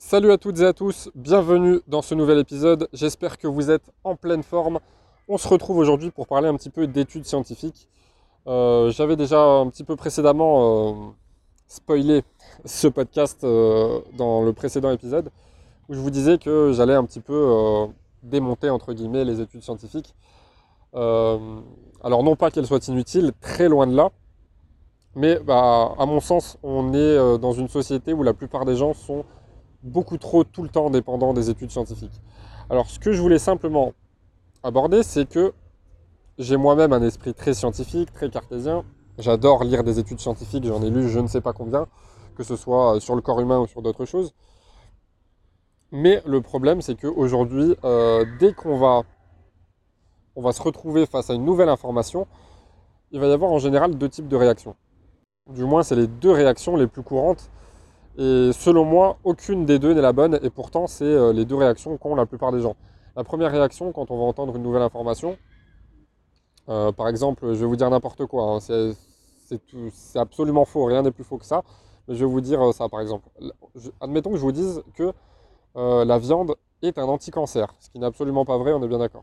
Salut à toutes et à tous, bienvenue dans ce nouvel épisode, j'espère que vous êtes en pleine forme. On se retrouve aujourd'hui pour parler un petit peu d'études scientifiques. J'avais déjà un petit peu précédemment spoilé ce podcast dans le précédent épisode, où je vous disais que j'allais un petit peu démonter entre guillemets les études scientifiques. Euh, alors non pas qu'elles soient inutiles, très loin de là, mais à mon sens, on est dans une société où la plupart des gens sont beaucoup trop tout le temps dépendant des études scientifiques. Alors ce que je voulais simplement aborder, c'est que j'ai moi-même un esprit très scientifique, très cartésien. J'adore lire des études scientifiques, j'en ai lu je ne sais pas combien, que ce soit sur le corps humain ou sur d'autres choses. Mais le problème, c'est qu'aujourd'hui, dès on va se retrouver face à une nouvelle information, il va y avoir en général deux types de réactions. Du moins, c'est les deux réactions les plus courantes. Et selon moi, aucune des deux n'est la bonne, et pourtant, c'est les deux réactions qu'ont la plupart des gens. La première réaction, quand on va entendre une nouvelle information, par exemple, je vais vous dire n'importe quoi, hein, c'est absolument faux, rien n'est plus faux que ça, mais je vais vous dire ça, par exemple. Admettons que je vous dise que la viande est un anti-cancer, ce qui n'est absolument pas vrai, on est bien d'accord.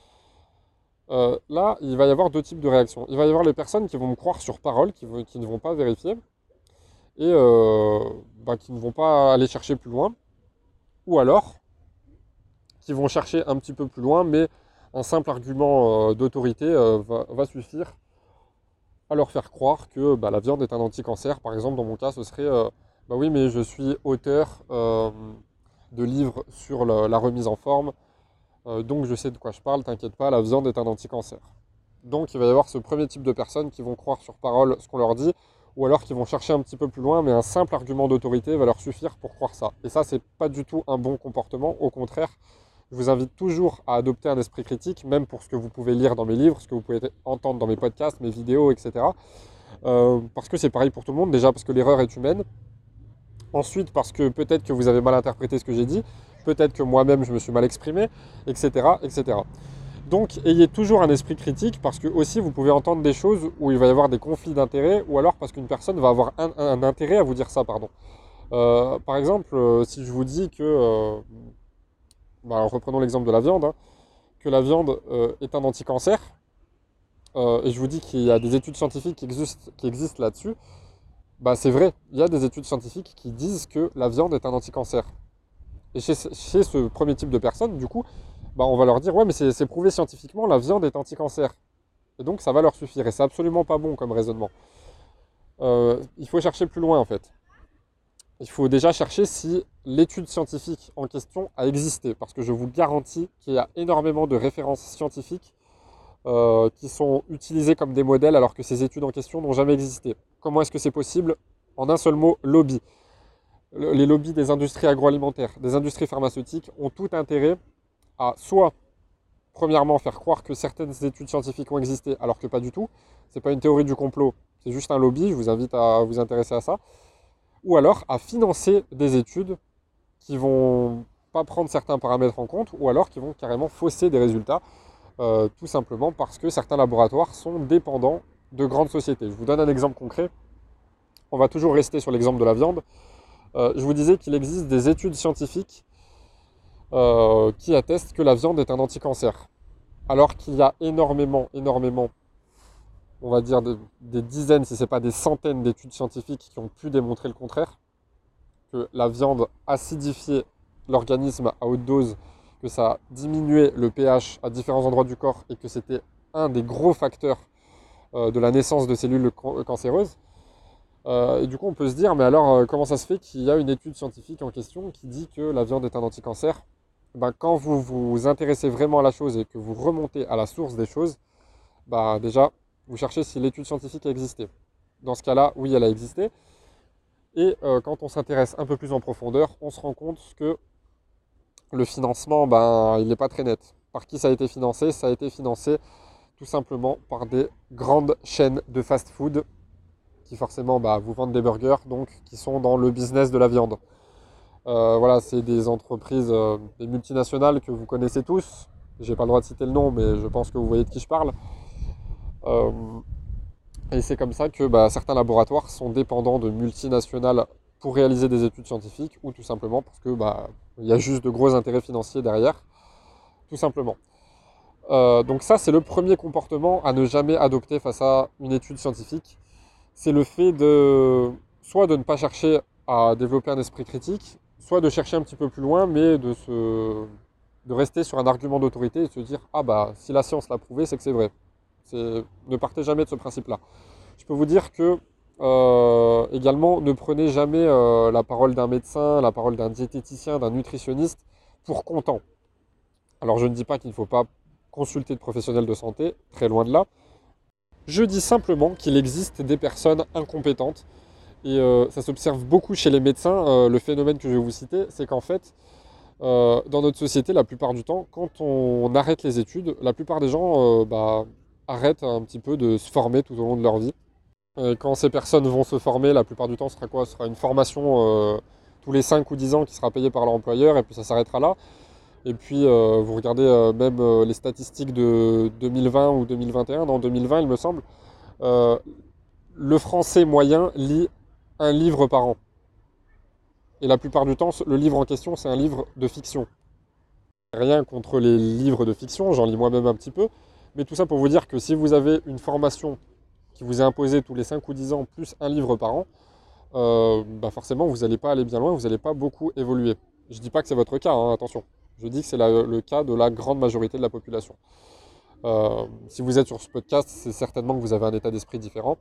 Là, il va y avoir deux types de réactions. Il va y avoir les personnes qui vont me croire sur parole, qui ne vont pas vérifier, et qui ne vont pas aller chercher plus loin, ou alors qui vont chercher un petit peu plus loin, mais un simple argument d'autorité va suffire à leur faire croire que la viande est un anti-cancer. Par exemple, dans mon cas, ce serait oui, mais je suis auteur de livres sur la remise en forme, donc je sais de quoi je parle, t'inquiète pas, la viande est un anti-cancer. Donc il va y avoir ce premier type de personnes qui vont croire sur parole ce qu'on leur dit, ou alors qui vont chercher un petit peu plus loin, mais un simple argument d'autorité va leur suffire pour croire ça. Et ça, c'est pas du tout un bon comportement, au contraire, je vous invite toujours à adopter un esprit critique, même pour ce que vous pouvez lire dans mes livres, ce que vous pouvez entendre dans mes podcasts, mes vidéos, etc. Parce que c'est pareil pour tout le monde, déjà parce que l'erreur est humaine. Ensuite, parce que peut-être que vous avez mal interprété ce que j'ai dit, peut-être que moi-même je me suis mal exprimé, etc., etc. Donc, ayez toujours un esprit critique parce que aussi vous pouvez entendre des choses où il va y avoir des conflits d'intérêts ou alors parce qu'une personne va avoir un intérêt à vous dire ça, pardon. Par exemple, si je vous dis que, reprenons l'exemple de la viande, hein, que la viande est un anti-cancer, et je vous dis qu'il y a des études scientifiques qui existent là-dessus, c'est vrai, il y a des études scientifiques qui disent que la viande est un anti-cancer. Et chez ce premier type de personnes, du coup, on va leur dire, ouais, mais c'est prouvé scientifiquement, la viande est anti-cancer. Et donc, ça va leur suffire. Et c'est absolument pas bon comme raisonnement. Il faut chercher plus loin, en fait. Il faut déjà chercher si l'étude scientifique en question a existé. Parce que je vous garantis qu'il y a énormément de références scientifiques qui sont utilisées comme des modèles alors que ces études en question n'ont jamais existé. Comment est-ce que c'est possible? En un seul mot, lobby. Les lobbies des industries agroalimentaires, des industries pharmaceutiques ont tout intérêt à soit, premièrement, faire croire que certaines études scientifiques ont existé alors que pas du tout. C'est pas une théorie du complot, c'est juste un lobby, je vous invite à vous intéresser à ça. Ou alors à financer des études qui vont pas prendre certains paramètres en compte, ou alors qui vont carrément fausser des résultats, tout simplement parce que certains laboratoires sont dépendants de grandes sociétés. Je vous donne un exemple concret. On va toujours rester sur l'exemple de la viande. Je vous disais qu'il existe des études scientifiques qui attestent que la viande est un anti-cancer. Alors qu'il y a énormément, on va dire des dizaines, si ce n'est pas des centaines d'études scientifiques qui ont pu démontrer le contraire, que la viande acidifiait l'organisme à haute dose, que ça diminuait le pH à différents endroits du corps et que c'était un des gros facteurs de la naissance de cellules cancéreuses. Et du coup, on peut se dire, mais alors, comment ça se fait qu'il y a une étude scientifique en question qui dit que la viande est un anti-cancer? Quand vous vous intéressez vraiment à la chose et que vous remontez à la source des choses, déjà, vous cherchez si l'étude scientifique a existé. Dans ce cas-là, oui, elle a existé. Et quand on s'intéresse un peu plus en profondeur, on se rend compte que le financement, il n'est pas très net. Par qui ça a été financé? Ça a été financé tout simplement par des grandes chaînes de fast-food qui forcément vous vendent des burgers, donc qui sont dans le business de la viande. Voilà, c'est des entreprises, des multinationales que vous connaissez tous. J'ai pas le droit de citer le nom, mais je pense que vous voyez de qui je parle. Et c'est comme ça que certains laboratoires sont dépendants de multinationales pour réaliser des études scientifiques ou tout simplement parce que il y a juste de gros intérêts financiers derrière, tout simplement. Donc ça, c'est le premier comportement à ne jamais adopter face à une étude scientifique. C'est le fait soit de ne pas chercher à développer un esprit critique, soit de chercher un petit peu plus loin, mais de rester sur un argument d'autorité et de se dire « Ah bah, si la science l'a prouvé, c'est que c'est vrai ». Ne partez jamais de ce principe-là. Je peux vous dire que, également, ne prenez jamais la parole d'un médecin, la parole d'un diététicien, d'un nutritionniste pour content. Alors je ne dis pas qu'il ne faut pas consulter de professionnels de santé, très loin de là. Je dis simplement qu'il existe des personnes incompétentes et ça s'observe beaucoup chez les médecins. Le phénomène que je vais vous citer, c'est qu'en fait, dans notre société, la plupart du temps, quand on arrête les études, la plupart des gens arrêtent un petit peu de se former tout au long de leur vie. Quand ces personnes vont se former, la plupart du temps, ce sera quoi? Ce sera une formation tous les 5 ou 10 ans qui sera payée par leur employeur et puis ça s'arrêtera là. Et puis, vous regardez même les statistiques de 2020 ou 2021, non 2020 il me semble, le français moyen lit un livre par an. Et la plupart du temps, le livre en question, c'est un livre de fiction. Rien contre les livres de fiction, j'en lis moi-même un petit peu, mais tout ça pour vous dire que si vous avez une formation qui vous est imposée tous les 5 ou 10 ans, plus un livre par an, forcément, vous n'allez pas aller bien loin, vous n'allez pas beaucoup évoluer. Je ne dis pas que c'est votre cas, hein, attention. Je dis que c'est le cas de la grande majorité de la population. Si vous êtes sur ce podcast, c'est certainement que vous avez un état d'esprit différent.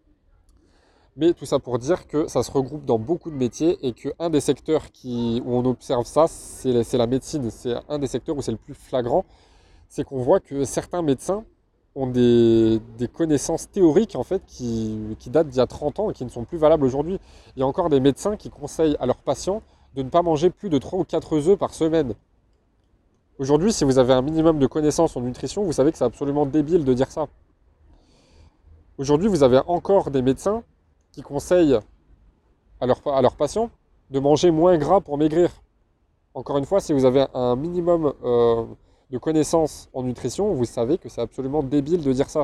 Mais tout ça pour dire que ça se regroupe dans beaucoup de métiers et qu'un des secteurs où on observe ça, c'est la médecine. C'est un des secteurs où c'est le plus flagrant. C'est qu'on voit que certains médecins ont des connaissances théoriques en fait qui datent d'il y a 30 ans et qui ne sont plus valables aujourd'hui. Il y a encore des médecins qui conseillent à leurs patients de ne pas manger plus de 3 ou 4 œufs par semaine. Aujourd'hui, si vous avez un minimum de connaissances en nutrition, vous savez que c'est absolument débile de dire ça. Aujourd'hui, vous avez encore des médecins qui conseillent à leurs patients de manger moins gras pour maigrir. Encore une fois, si vous avez un minimum de connaissances en nutrition, vous savez que c'est absolument débile de dire ça.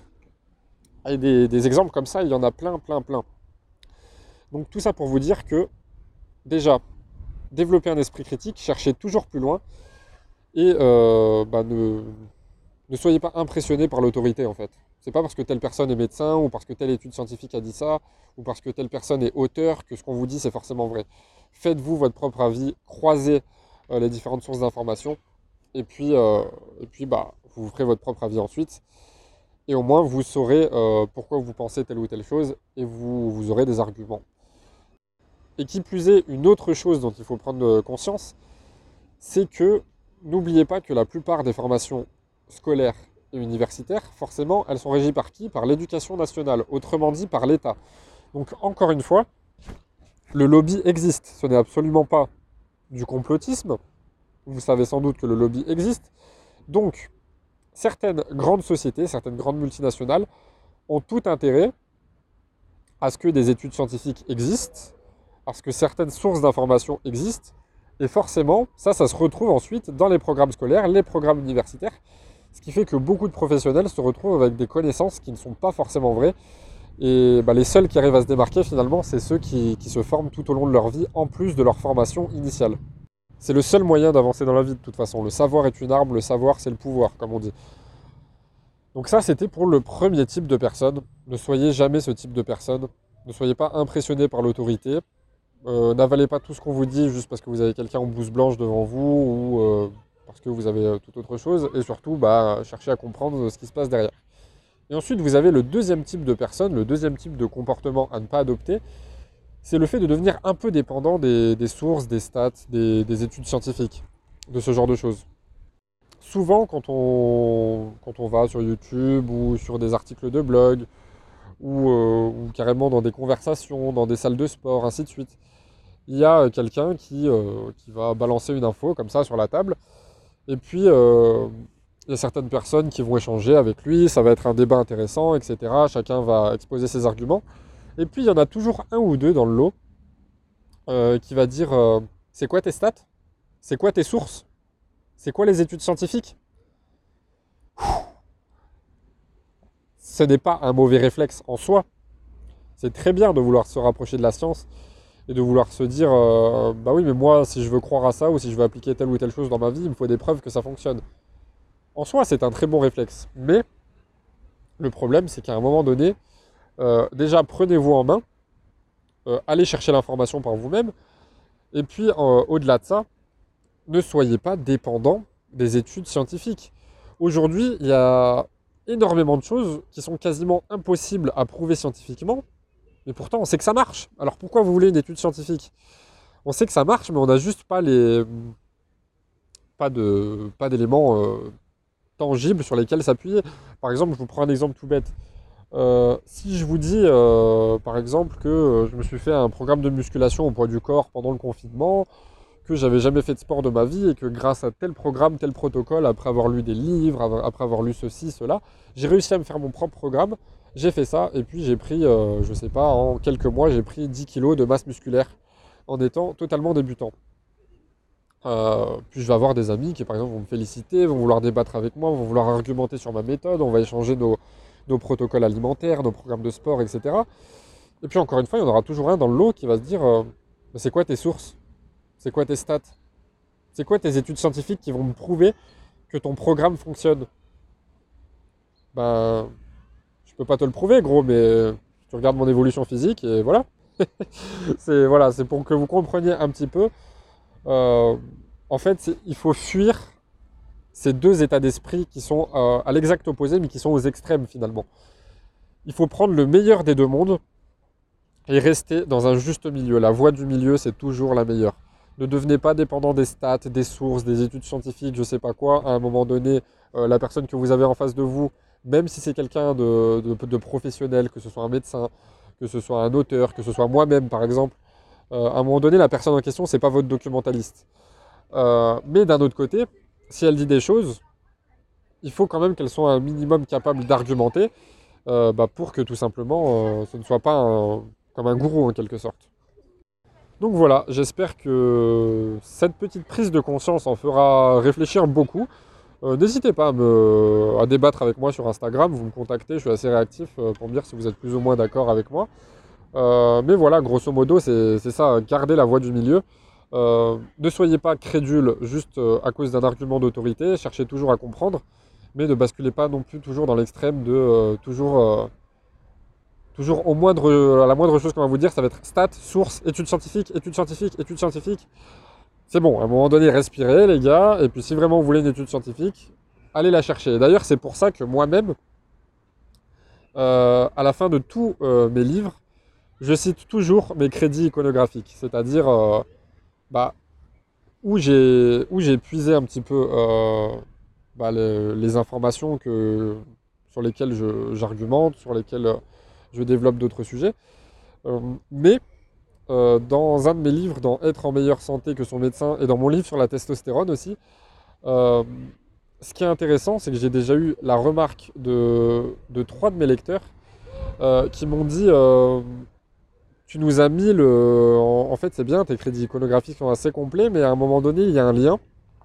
Et des exemples comme ça, il y en a plein, plein, plein. Donc tout ça pour vous dire que, déjà, développer un esprit critique, cherchez toujours plus loin, et ne soyez pas impressionné par l'autorité en fait. C'est pas parce que telle personne est médecin, ou parce que telle étude scientifique a dit ça, ou parce que telle personne est auteur, que ce qu'on vous dit c'est forcément vrai. Faites-vous votre propre avis, croisez les différentes sources d'informations, et puis vous ferez votre propre avis ensuite. Et au moins vous saurez pourquoi vous pensez telle ou telle chose, et vous aurez des arguments. Et qui plus est, une autre chose dont il faut prendre conscience, c'est que n'oubliez pas que la plupart des formations scolaires et universitaires, forcément, elles sont régies par qui? Par l'éducation nationale, autrement dit par l'État. Donc encore une fois, le lobby existe. Ce n'est absolument pas du complotisme. Vous savez sans doute que le lobby existe. Donc, certaines grandes sociétés, certaines grandes multinationales ont tout intérêt à ce que des études scientifiques existent, à ce que certaines sources d'information existent, et forcément, ça se retrouve ensuite dans les programmes scolaires, les programmes universitaires, ce qui fait que beaucoup de professionnels se retrouvent avec des connaissances qui ne sont pas forcément vraies. Et les seuls qui arrivent à se démarquer finalement, c'est ceux qui se forment tout au long de leur vie, en plus de leur formation initiale. C'est le seul moyen d'avancer dans la vie de toute façon. Le savoir est une arme, le savoir c'est le pouvoir, comme on dit. Donc ça, c'était pour le premier type de personne. Ne soyez jamais ce type de personne. Ne soyez pas impressionné par l'autorité. N'avalez pas tout ce qu'on vous dit juste parce que vous avez quelqu'un en blouse blanche devant vous ou parce que vous avez toute autre chose. Et surtout, cherchez à comprendre ce qui se passe derrière. Et ensuite, vous avez le deuxième type de personne, le deuxième type de comportement à ne pas adopter. C'est le fait de devenir un peu dépendant des sources, des stats, des études scientifiques, de ce genre de choses. Souvent, quand on va sur YouTube ou sur des articles de blog, ou carrément dans des conversations, dans des salles de sport, ainsi de suite, il y a quelqu'un qui va balancer une info comme ça sur la table, et puis il y a certaines personnes qui vont échanger avec lui, ça va être un débat intéressant, etc. Chacun va exposer ses arguments, et puis il y en a toujours un ou deux dans le lot qui va dire c'est quoi tes stats? C'est quoi tes sources? C'est quoi les études scientifiques? Ce n'est pas un mauvais réflexe en soi. C'est très bien de vouloir se rapprocher de la science, et de vouloir se dire bah oui, mais moi, si je veux croire à ça ou si je veux appliquer telle ou telle chose dans ma vie, il me faut des preuves que ça fonctionne. En soi, c'est un très bon réflexe. Mais le problème, c'est qu'à un moment donné, déjà, prenez-vous en main, allez chercher l'information par vous-même, et puis au-delà de ça, ne soyez pas dépendant des études scientifiques. Aujourd'hui, il y a énormément de choses qui sont quasiment impossibles à prouver scientifiquement, mais pourtant on sait que ça marche. Alors pourquoi vous voulez une étude scientifique? On sait que ça marche, mais on n'a juste pas d'éléments tangibles sur lesquels s'appuyer. Par exemple, je vous prends un exemple tout bête. Si je vous dis, par exemple, que je me suis fait un programme de musculation au poids du corps pendant le confinement, que j'avais jamais fait de sport de ma vie et que grâce à tel programme, tel protocole, après avoir lu des livres, après avoir lu ceci, cela, j'ai réussi à me faire mon propre programme, j'ai fait ça et puis j'ai pris, je sais pas, en quelques mois, j'ai pris 10 kilos de masse musculaire en étant totalement débutant. Puis je vais avoir des amis qui par exemple vont me féliciter, vont vouloir débattre avec moi, vont vouloir argumenter sur ma méthode, on va échanger nos protocoles alimentaires, nos programmes de sport, etc. Et puis encore une fois, il y en aura toujours un dans le lot qui va se dire mais c'est quoi tes sources? C'est quoi tes stats? C'est quoi tes études scientifiques qui vont me prouver que ton programme fonctionne? Ben, je peux pas te le prouver, gros, mais tu regardes mon évolution physique et voilà. C'est pour que vous compreniez un petit peu. Euh, En fait, il faut fuir ces deux états d'esprit qui sont à l'exact opposé, mais qui sont aux extrêmes finalement. Il faut prendre le meilleur des deux mondes et rester dans un juste milieu. La voie du milieu, c'est toujours la meilleure. Ne devenez pas dépendant des stats, des sources, des études scientifiques, je sais pas quoi. À un moment donné, la personne que vous avez en face de vous, même si c'est quelqu'un de professionnel, que ce soit un médecin, que ce soit un auteur, que ce soit moi-même par exemple, à un moment donné, la personne en question, c'est pas votre documentaliste. Mais d'un autre côté, si elle dit des choses, il faut quand même qu'elle soit un minimum capable d'argumenter pour que tout simplement ce ne soit pas comme un gourou en quelque sorte. Donc voilà, j'espère que cette petite prise de conscience en fera réfléchir beaucoup. N'hésitez pas à débattre avec moi sur Instagram, vous me contactez, je suis assez réactif pour me dire si vous êtes plus ou moins d'accord avec moi. Mais voilà, grosso modo, c'est ça, gardez la voie du milieu. Ne soyez pas crédule juste à cause d'un argument d'autorité, cherchez toujours à comprendre, mais ne basculez pas non plus toujours dans l'extrême de toujours à la moindre chose qu'on va vous dire, ça va être stats, source, études scientifiques, études scientifiques, études scientifiques. C'est bon, à un moment donné, respirez les gars, et puis si vraiment vous voulez une étude scientifique, allez la chercher. D'ailleurs, c'est pour ça que moi-même, à la fin de tous mes livres, je cite toujours mes crédits iconographiques, c'est-à-dire bah, où j'ai puisé un petit peu les informations sur lesquelles j'argumente, sur lesquelles je développe d'autres sujets. Mais dans un de mes livres, dans Être en meilleure santé que son médecin, et dans mon livre sur la testostérone aussi, euh, ce qui est intéressant, c'est que j'ai déjà eu la remarque de trois de mes lecteurs qui m'ont dit tu nous as mis en fait, c'est bien, tes crédits iconographiques sont assez complets, mais à un moment donné, il y a un lien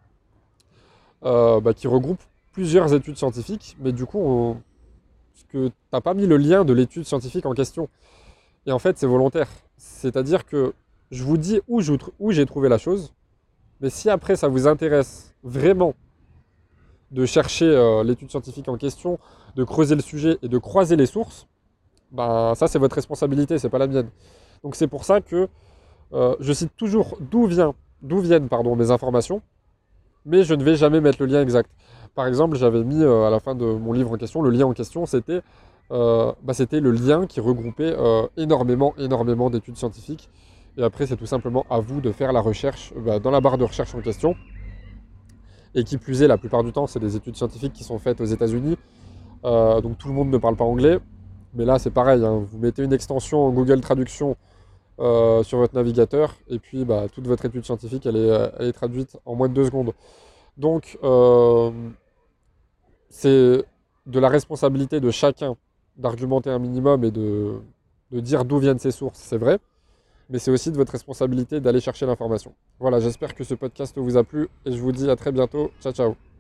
qui regroupe plusieurs études scientifiques, mais du coup, parce que t'as pas mis le lien de l'étude scientifique en question. Et en fait, c'est volontaire. C'est-à-dire que je vous dis où j'ai trouvé la chose, mais si après ça vous intéresse vraiment de chercher l'étude scientifique en question, de creuser le sujet et de croiser les sources, ben ça c'est votre responsabilité, c'est pas la mienne. Donc c'est pour ça que je cite toujours d'où viennent mes informations, mais je ne vais jamais mettre le lien exact. Par exemple, j'avais mis à la fin de mon livre en question, le lien en question, c'était le lien qui regroupait énormément d'études scientifiques. Et après, c'est tout simplement à vous de faire la recherche dans la barre de recherche en question. Et qui plus est, la plupart du temps, c'est des études scientifiques qui sont faites aux États-Unis. Donc tout le monde ne parle pas anglais. Mais là, c'est pareil. Hein, vous mettez une extension Google Traduction sur votre navigateur. Et puis, toute votre étude scientifique, elle est traduite en moins de 2 secondes. Donc, c'est de la responsabilité de chacun d'argumenter un minimum et de dire d'où viennent ces sources, c'est vrai, mais c'est aussi de votre responsabilité d'aller chercher l'information. Voilà, j'espère que ce podcast vous a plu et je vous dis à très bientôt. Ciao, ciao.